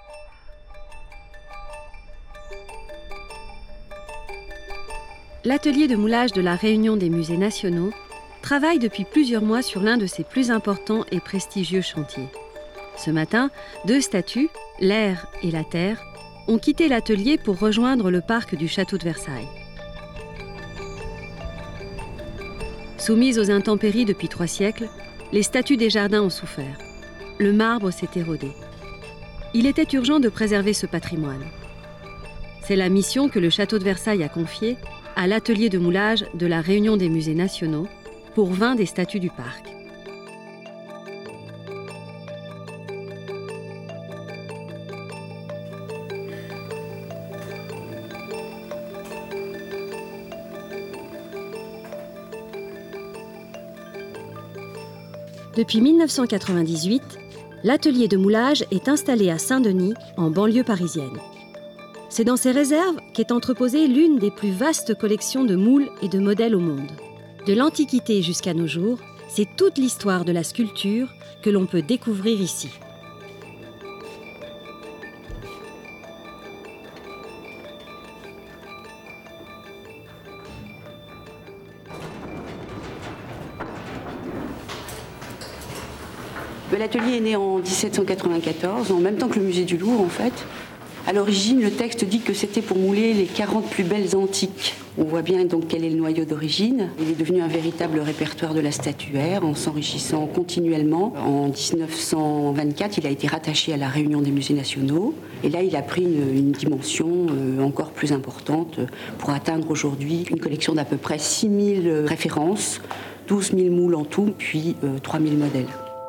L'atelier de moulage de la Réunion des musées nationaux travaille depuis plusieurs mois sur l'un de ses plus importants et prestigieux chantiers. Ce matin, 2 statues, l'air et la terre, ont quitté l'atelier pour rejoindre le parc du château de Versailles. Soumises aux intempéries depuis 3 siècles, les statues des jardins ont souffert. Le marbre s'est érodé. Il était urgent de préserver ce patrimoine. C'est la mission que le château de Versailles a confiée à l'atelier de moulage de la Réunion des musées nationaux pour 20 des statues du parc. Depuis 1998, l'atelier de moulage est installé à Saint-Denis, en banlieue parisienne. C'est dans ces réserves qu'est entreposée l'une des plus vastes collections de moules et de modèles au monde. De l'Antiquité jusqu'à nos jours, c'est toute l'histoire de la sculpture que l'on peut découvrir ici. L'atelier est né en 1794, en même temps que le musée du Louvre en fait. À l'origine, le texte dit que c'était pour mouler les 40 plus belles antiques. On voit bien donc quel est le noyau d'origine. Il est devenu un véritable répertoire de la statuaire en s'enrichissant continuellement. En 1924, il a été rattaché à la Réunion des musées nationaux. Et là, il a pris une dimension encore plus importante pour atteindre aujourd'hui une collection d'à peu près 6000 références, 12 000 moules en tout, puis 3000 modèles.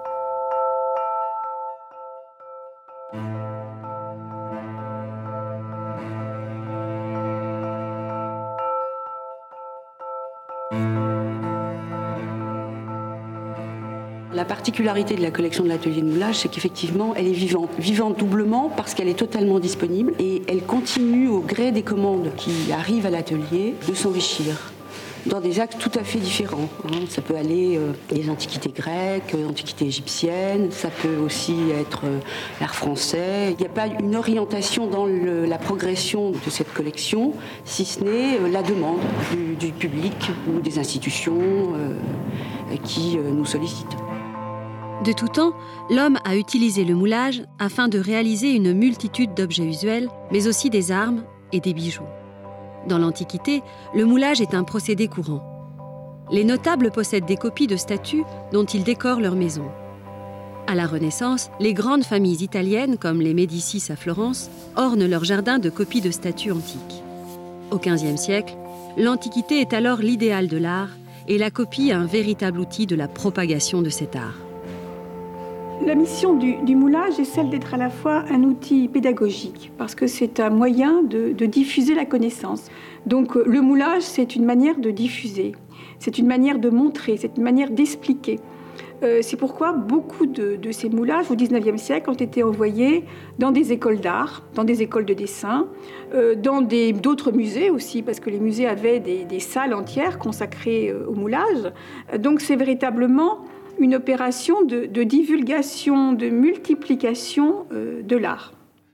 La particularité de la collection de l'atelier de moulage, c'est qu'effectivement, elle est vivante. Vivante doublement parce qu'elle est totalement disponible et elle continue au gré des commandes qui arrivent à l'atelier de s'enrichir dans des axes tout à fait différents. Ça peut aller des antiquités grecques, antiquités égyptiennes, ça peut aussi être l'art français. Il n'y a pas une orientation dans la progression de cette collection, si ce n'est la demande du public ou des institutions qui nous sollicitent. De tout temps, l'homme a utilisé le moulage afin de réaliser une multitude d'objets usuels, mais aussi des armes et des bijoux. Dans l'Antiquité, le moulage est un procédé courant. Les notables possèdent des copies de statues dont ils décorent leur maison. À la Renaissance, les grandes familles italiennes, comme les Médicis à Florence, ornent leur jardin de copies de statues antiques. Au XVe siècle, l'Antiquité est alors l'idéal de l'art et la copie un véritable outil de la propagation de cet art. La mission du moulage est celle d'être à la fois un outil pédagogique, parce que c'est un moyen de diffuser la connaissance. Donc le moulage, c'est une manière de diffuser, c'est une manière de montrer, c'est une manière d'expliquer. C'est pourquoi beaucoup de ces moulages au XIXe siècle ont été envoyés dans des écoles d'art, dans des écoles de dessin, dans d'autres musées aussi, parce que les musées avaient des salles entières consacrées au moulage. Donc c'est véritablement une opération de divulgation, de multiplication de l'art.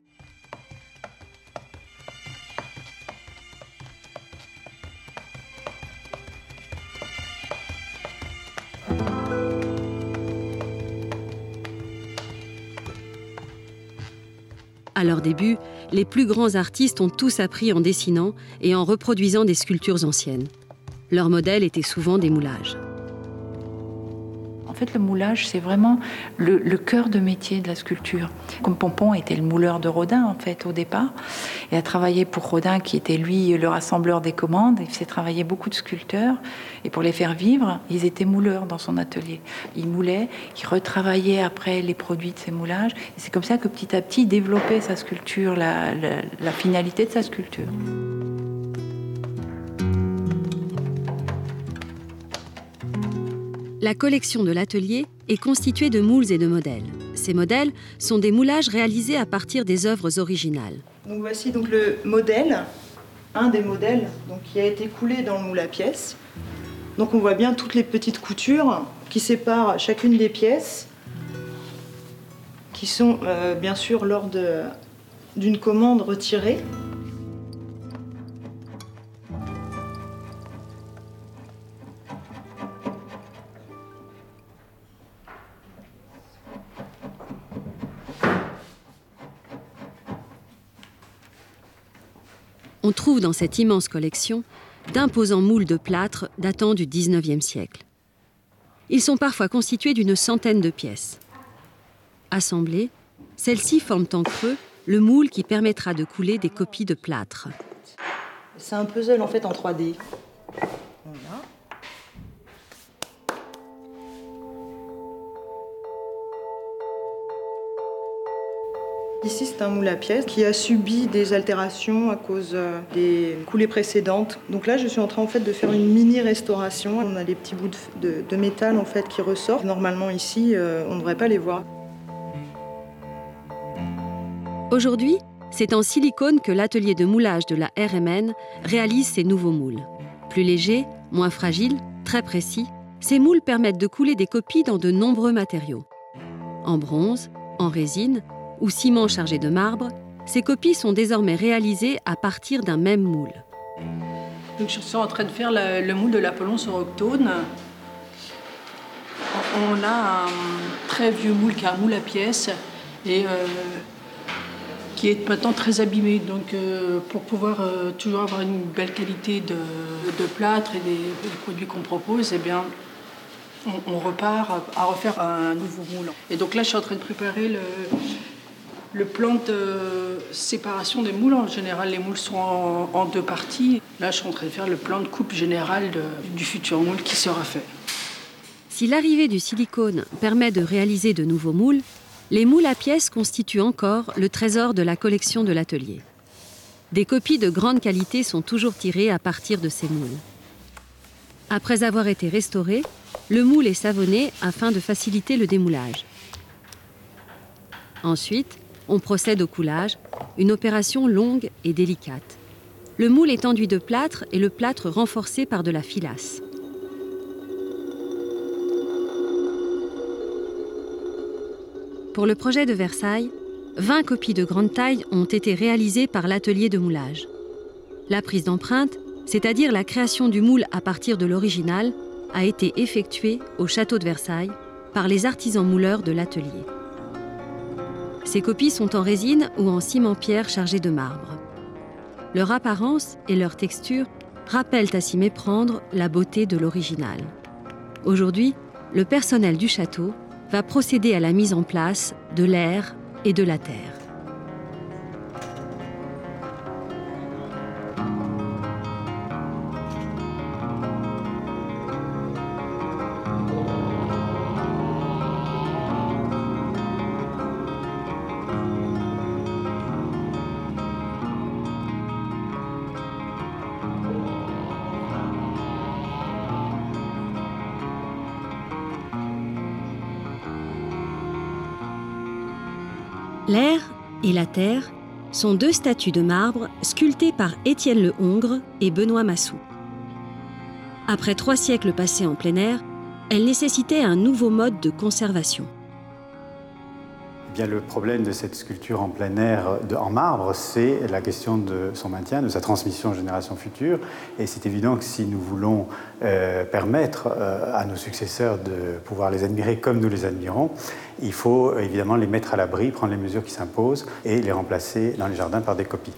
À leur début, les plus grands artistes ont tous appris en dessinant et en reproduisant des sculptures anciennes. Leurs modèles étaient souvent des moulages. En fait, le moulage, c'est vraiment le cœur de métier de la sculpture. Comme Pompon était le mouleur de Rodin, en fait, au départ, et a travaillé pour Rodin, qui était, lui, le rassembleur des commandes. Il faisait travailler beaucoup de sculpteurs, et pour les faire vivre, ils étaient mouleurs dans son atelier. Il moulait, il retravaillait après les produits de ces moulages, et c'est comme ça que, petit à petit, il développait sa sculpture, la finalité de sa sculpture. La collection de l'atelier est constituée de moules et de modèles. Ces modèles sont des moulages réalisés à partir des œuvres originales. Donc voici donc le modèle, un des modèles donc, qui a été coulé dans le moule à pièces. Donc on voit bien toutes les petites coutures qui séparent chacune des pièces, qui sont bien sûr lors de d'une commande retirée. On trouve dans cette immense collection d'imposants moules de plâtre datant du XIXe siècle. Ils sont parfois constitués d'une centaine de pièces. Assemblées, celles-ci forment en creux le moule qui permettra de couler des copies de plâtre. C'est un puzzle en fait en 3D. Voilà. Ici, c'est un moule à pièces qui a subi des altérations à cause des coulées précédentes. Donc là, je suis en train en fait de faire une mini-restauration. On a les petits bouts de métal en fait qui ressortent. Normalement ici, on ne devrait pas les voir. Aujourd'hui, c'est en silicone que l'atelier de moulage de la RMN réalise ces nouveaux moules. Plus légers, moins fragiles, très précis, ces moules permettent de couler des copies dans de nombreux matériaux. En bronze, en résine ou ciment chargé de marbre, ces copies sont désormais réalisées à partir d'un même moule. Donc, je suis en train de faire le moule de l'Apollon sur octone. On a un très vieux moule qui est un moule à pièces et qui est maintenant très abîmé. Donc pour pouvoir toujours avoir une belle qualité de plâtre et des produits qu'on propose, eh bien, on repart à refaire un nouveau moule. Et donc là, je suis en train de préparer le plan de séparation des moules. En général, les moules sont en deux parties. Là, je suis en train de faire le plan de coupe général du futur moule qui sera fait. Si l'arrivée du silicone permet de réaliser de nouveaux moules, les moules à pièces constituent encore le trésor de la collection de l'atelier. Des copies de grande qualité sont toujours tirées à partir de ces moules. Après avoir été restauré, le moule est savonné afin de faciliter le démoulage. Ensuite, on procède au coulage, une opération longue et délicate. Le moule est enduit de plâtre et le plâtre renforcé par de la filasse. Pour le projet de Versailles, 20 copies de grande taille ont été réalisées par l'atelier de moulage. La prise d'empreinte, c'est-à-dire la création du moule à partir de l'original, a été effectuée au château de Versailles par les artisans mouleurs de l'atelier. Ces copies sont en résine ou en ciment-pierre chargé de marbre. Leur apparence et leur texture rappellent à s'y méprendre la beauté de l'original. Aujourd'hui, le personnel du château va procéder à la mise en place de l'air et de la terre. L'air et la terre sont deux statues de marbre sculptées par Étienne Le Hongre et Benoît Massou. Après 3 siècles passés en plein air, elles nécessitaient un nouveau mode de conservation. Bien, le problème de cette sculpture en plein air en marbre, c'est la question de son maintien, de sa transmission aux générations futures. Et c'est évident que si nous voulons permettre à nos successeurs de pouvoir les admirer comme nous les admirons, il faut évidemment les mettre à l'abri, prendre les mesures qui s'imposent et les remplacer dans les jardins par des copies.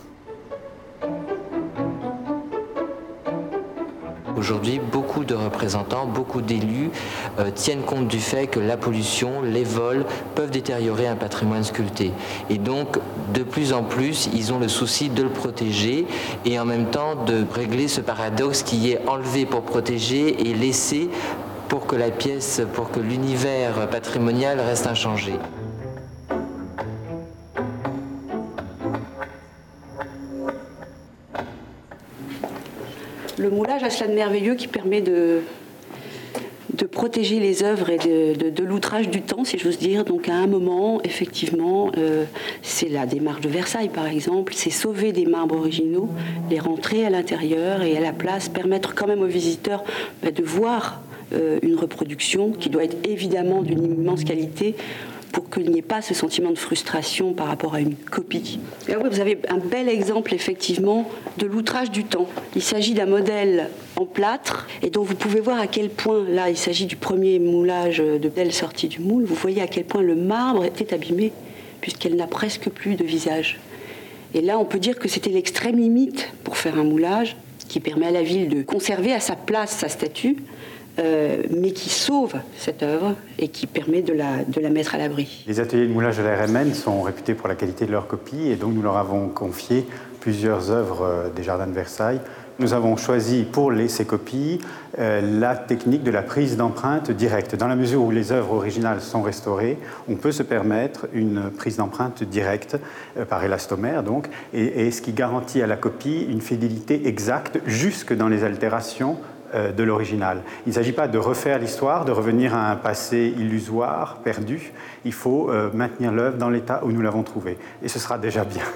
Aujourd'hui, beaucoup de représentants, beaucoup d'élus tiennent compte du fait que la pollution, les vols peuvent détériorer un patrimoine sculpté. Et donc, de plus en plus, ils ont le souci de le protéger et en même temps de régler ce paradoxe qui est enlevé pour protéger et laissé pour que la pièce, pour que l'univers patrimonial reste inchangé. Le moulage a cela de merveilleux qui permet de protéger les œuvres et de l'outrage du temps, si j'ose dire. Donc à un moment, effectivement, c'est la démarche de Versailles, par exemple, c'est sauver des marbres originaux, les rentrer à l'intérieur et à la place, permettre quand même aux visiteurs de voir une reproduction qui doit être évidemment d'une immense qualité, pour qu'il n'y ait pas ce sentiment de frustration par rapport à une copie. Et là, vous avez un bel exemple, effectivement, de l'outrage du temps. Il s'agit d'un modèle en plâtre, et donc vous pouvez voir à quel point, là, il s'agit du premier moulage de belle sortie du moule, vous voyez à quel point le marbre était abîmé, puisqu'elle n'a presque plus de visage. Et là, on peut dire que c'était l'extrême limite pour faire un moulage, qui permet à la ville de conserver à sa place sa statue, mais qui sauve cette œuvre et qui permet de la mettre à l'abri. Les ateliers de moulage de la RMN sont réputés pour la qualité de leurs copies et donc nous leur avons confié plusieurs œuvres des Jardins de Versailles. Nous avons choisi pour ces copies la technique de la prise d'empreinte directe. Dans la mesure où les œuvres originales sont restaurées, on peut se permettre une prise d'empreinte directe par élastomère, donc, et ce qui garantit à la copie une fidélité exacte jusque dans les altérations de l'original. Il ne s'agit pas de refaire l'histoire, de revenir à un passé illusoire, perdu. Il faut maintenir l'œuvre dans l'état où nous l'avons trouvée. Et ce sera déjà bien.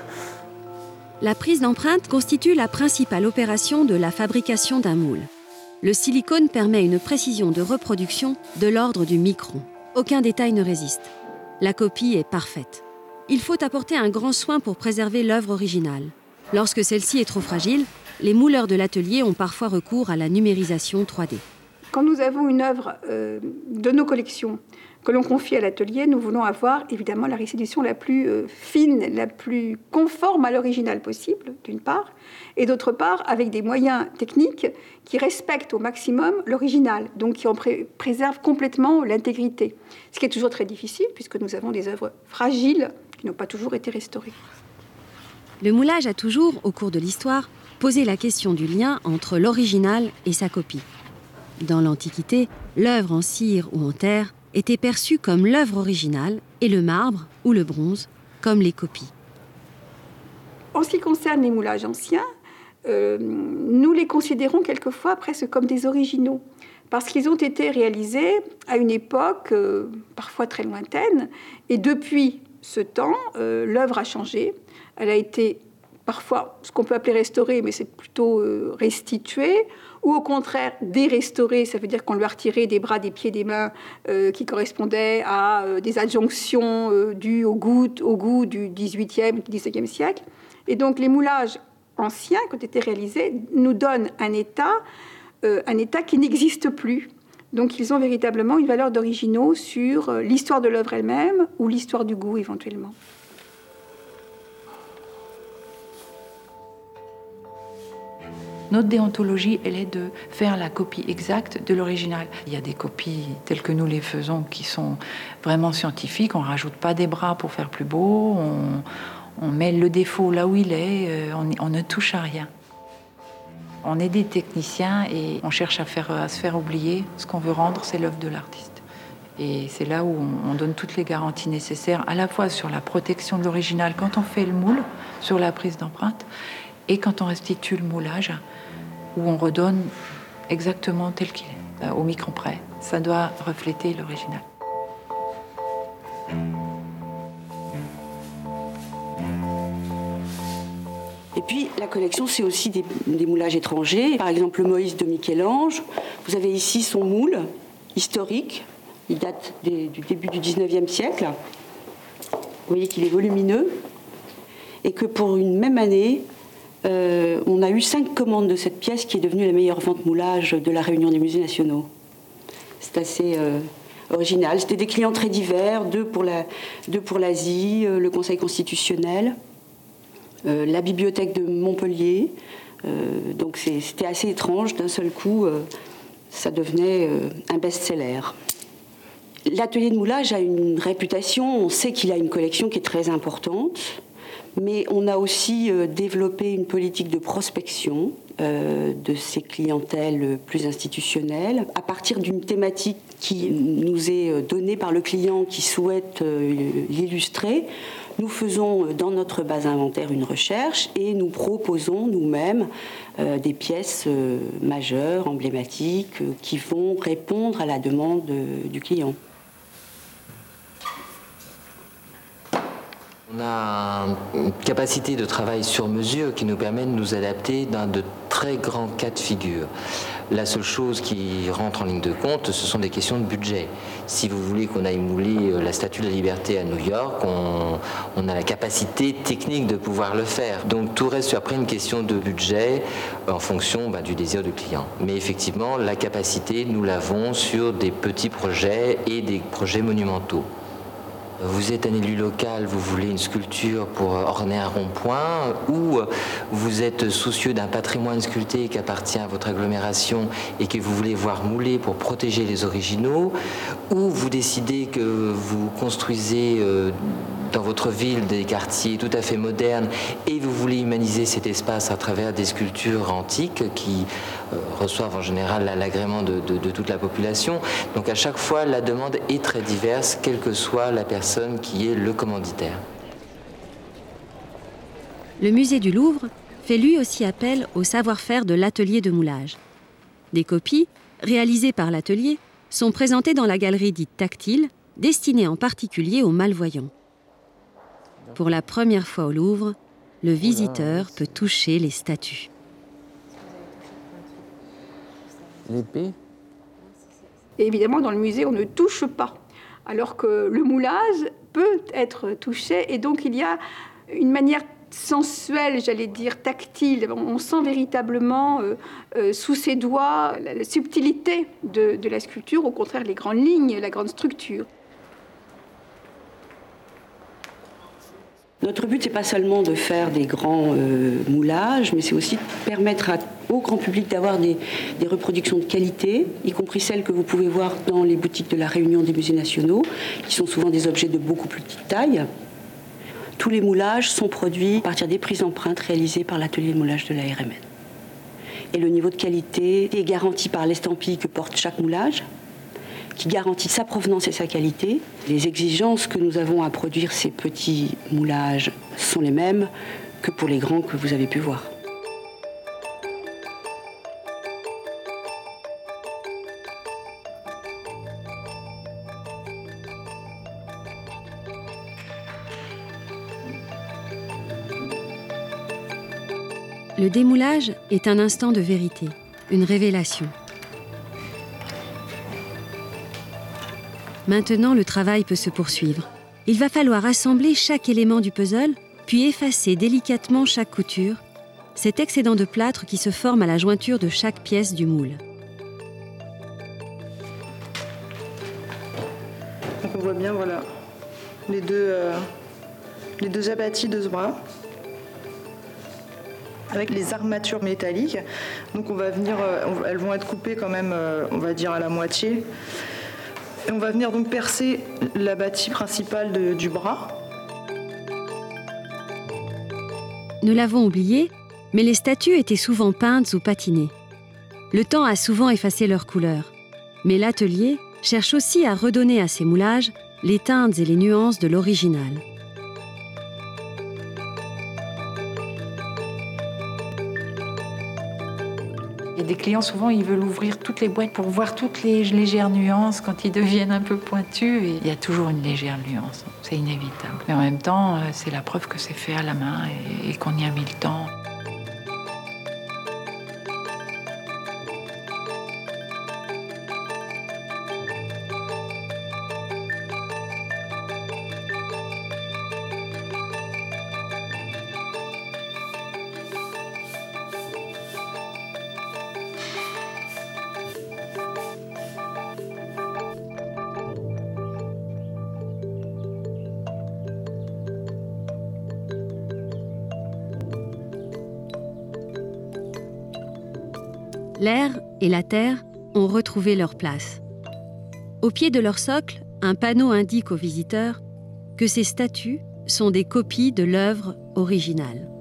La prise d'empreinte constitue la principale opération de la fabrication d'un moule. Le silicone permet une précision de reproduction de l'ordre du micron. Aucun détail ne résiste. La copie est parfaite. Il faut apporter un grand soin pour préserver l'œuvre originale. Lorsque celle-ci est trop fragile, les mouleurs de l'atelier ont parfois recours à la numérisation 3D. Quand nous avons une œuvre de nos collections que l'on confie à l'atelier, nous voulons avoir évidemment la restitution la plus fine, la plus conforme à l'original possible, d'une part, et d'autre part, avec des moyens techniques qui respectent au maximum l'original, donc qui en préservent complètement l'intégrité. Ce qui est toujours très difficile, puisque nous avons des œuvres fragiles qui n'ont pas toujours été restaurées. Le moulage a toujours, au cours de l'histoire, posé la question du lien entre l'original et sa copie. Dans l'Antiquité, l'œuvre en cire ou en terre était perçue comme l'œuvre originale et le marbre ou le bronze comme les copies. En ce qui concerne les moulages anciens, nous les considérons quelquefois presque comme des originaux, parce qu'ils ont été réalisés à une époque parfois très lointaine, et depuis ce temps, l'œuvre a changé. Elle a été parfois ce qu'on peut appeler restaurée, mais c'est plutôt restituée, ou au contraire dérestaurée, ça veut dire qu'on lui a retiré des bras, des pieds, des mains qui correspondaient à des adjonctions dues au goût du XVIIIe, XVIIe siècle. Et donc les moulages anciens qui ont été réalisés nous donnent un état qui n'existe plus. Donc ils ont véritablement une valeur d'originaux sur l'histoire de l'œuvre elle-même ou l'histoire du goût éventuellement. Notre déontologie, elle est de faire la copie exacte de l'original. Il y a des copies telles que nous les faisons qui sont vraiment scientifiques. On ne rajoute pas des bras pour faire plus beau. On met le défaut là où il est. On ne touche à rien. On est des techniciens et on cherche à se faire oublier. Ce qu'on veut rendre, c'est l'œuvre de l'artiste. Et c'est là où on donne toutes les garanties nécessaires, à la fois sur la protection de l'original quand on fait le moule, sur la prise d'empreinte, et quand on restitue le moulage, où on redonne exactement tel qu'il est, au micron près. Ça doit refléter l'original. Et puis, la collection, c'est aussi des moulages étrangers. Par exemple, le Moïse de Michel-Ange. Vous avez ici son moule historique. Il date du début du XIXe siècle. Vous voyez qu'il est volumineux. Et que pour une même année, on a eu 5 commandes de cette pièce qui est devenue la meilleure vente moulage de la Réunion des musées nationaux. C'est assez original. C'était des clients très divers, deux pour l'Asie, le Conseil constitutionnel, la bibliothèque de Montpellier. Donc c'était assez étrange. D'un seul coup, ça devenait un best-seller. L'atelier de moulage a une réputation. On sait qu'il a une collection qui est très importante. Mais on a aussi développé une politique de prospection de ces clientèles plus institutionnelles à partir d'une thématique qui nous est donnée par le client qui souhaite l'illustrer. Nous faisons dans notre base inventaire une recherche et nous proposons nous-mêmes des pièces majeures, emblématiques, qui vont répondre à la demande du client. On a une capacité de travail sur mesure qui nous permet de nous adapter dans de très très grands cas de figure. La seule chose qui rentre en ligne de compte, ce sont des questions de budget. Si vous voulez qu'on aille mouler la Statue de la Liberté à New York, on a la capacité technique de pouvoir le faire. Donc tout reste après une question de budget en fonction du désir du client. Mais effectivement, la capacité, nous l'avons sur des petits projets et des projets monumentaux. Vous êtes un élu local, vous voulez une sculpture pour orner un rond-point, ou vous êtes soucieux d'un patrimoine sculpté qui appartient à votre agglomération et que vous voulez voir mouler pour protéger les originaux, ou vous décidez que vous construisez dans votre ville des quartiers tout à fait modernes et vous voulez humaniser cet espace à travers des sculptures antiques qui reçoivent en général l'agrément de toute la population. Donc à chaque fois, la demande est très diverse, quelle que soit la personne qui est le commanditaire. Le musée du Louvre fait lui aussi appel au savoir-faire de l'atelier de moulage. Des copies, réalisées par l'atelier, sont présentées dans la galerie dite tactile, destinée en particulier aux malvoyants. Pour la première fois au Louvre, le visiteur peut toucher les statues. L'épée ? Et évidemment, dans le musée, on ne touche pas, alors que le moulage peut être touché. Et donc, il y a une manière sensuelle, j'allais dire tactile. On sent véritablement sous ses doigts la subtilité de la sculpture, au contraire, les grandes lignes, la grande structure. Notre but, c'est pas seulement de faire des grands moulages, mais c'est aussi de permettre au grand public d'avoir des reproductions de qualité, y compris celles que vous pouvez voir dans les boutiques de la Réunion des musées nationaux, qui sont souvent des objets de beaucoup plus petite taille. Tous les moulages sont produits à partir des prises empreintes réalisées par l'atelier de moulage de la RMN. Et le niveau de qualité est garanti par l'estampille que porte chaque moulage, qui garantit sa provenance et sa qualité. Les exigences que nous avons à produire ces petits moulages sont les mêmes que pour les grands que vous avez pu voir. Le démoulage est un instant de vérité, une révélation. Maintenant, le travail peut se poursuivre. Il va falloir assembler chaque élément du puzzle, puis effacer délicatement chaque couture, cet excédent de plâtre qui se forme à la jointure de chaque pièce du moule. Donc on voit bien, voilà, les deux abattis de ce bras, avec les armatures métalliques. Donc on va venir, elles vont être coupées quand même, on va dire à la moitié. Et on va venir donc percer l'abattis principal du bras. Nous l'avons oublié, mais les statues étaient souvent peintes ou patinées. Le temps a souvent effacé leur couleur. Mais l'atelier cherche aussi à redonner à ces moulages les teintes et les nuances de l'original. Et des clients, souvent, ils veulent ouvrir toutes les boîtes pour voir toutes les légères nuances quand ils deviennent un peu pointus. Et il y a toujours une légère nuance, c'est inévitable. Mais en même temps, c'est la preuve que c'est fait à la main et qu'on y a mis le temps. L'air et la terre ont retrouvé leur place. Au pied de leur socle, un panneau indique aux visiteurs que ces statues sont des copies de l'œuvre originale.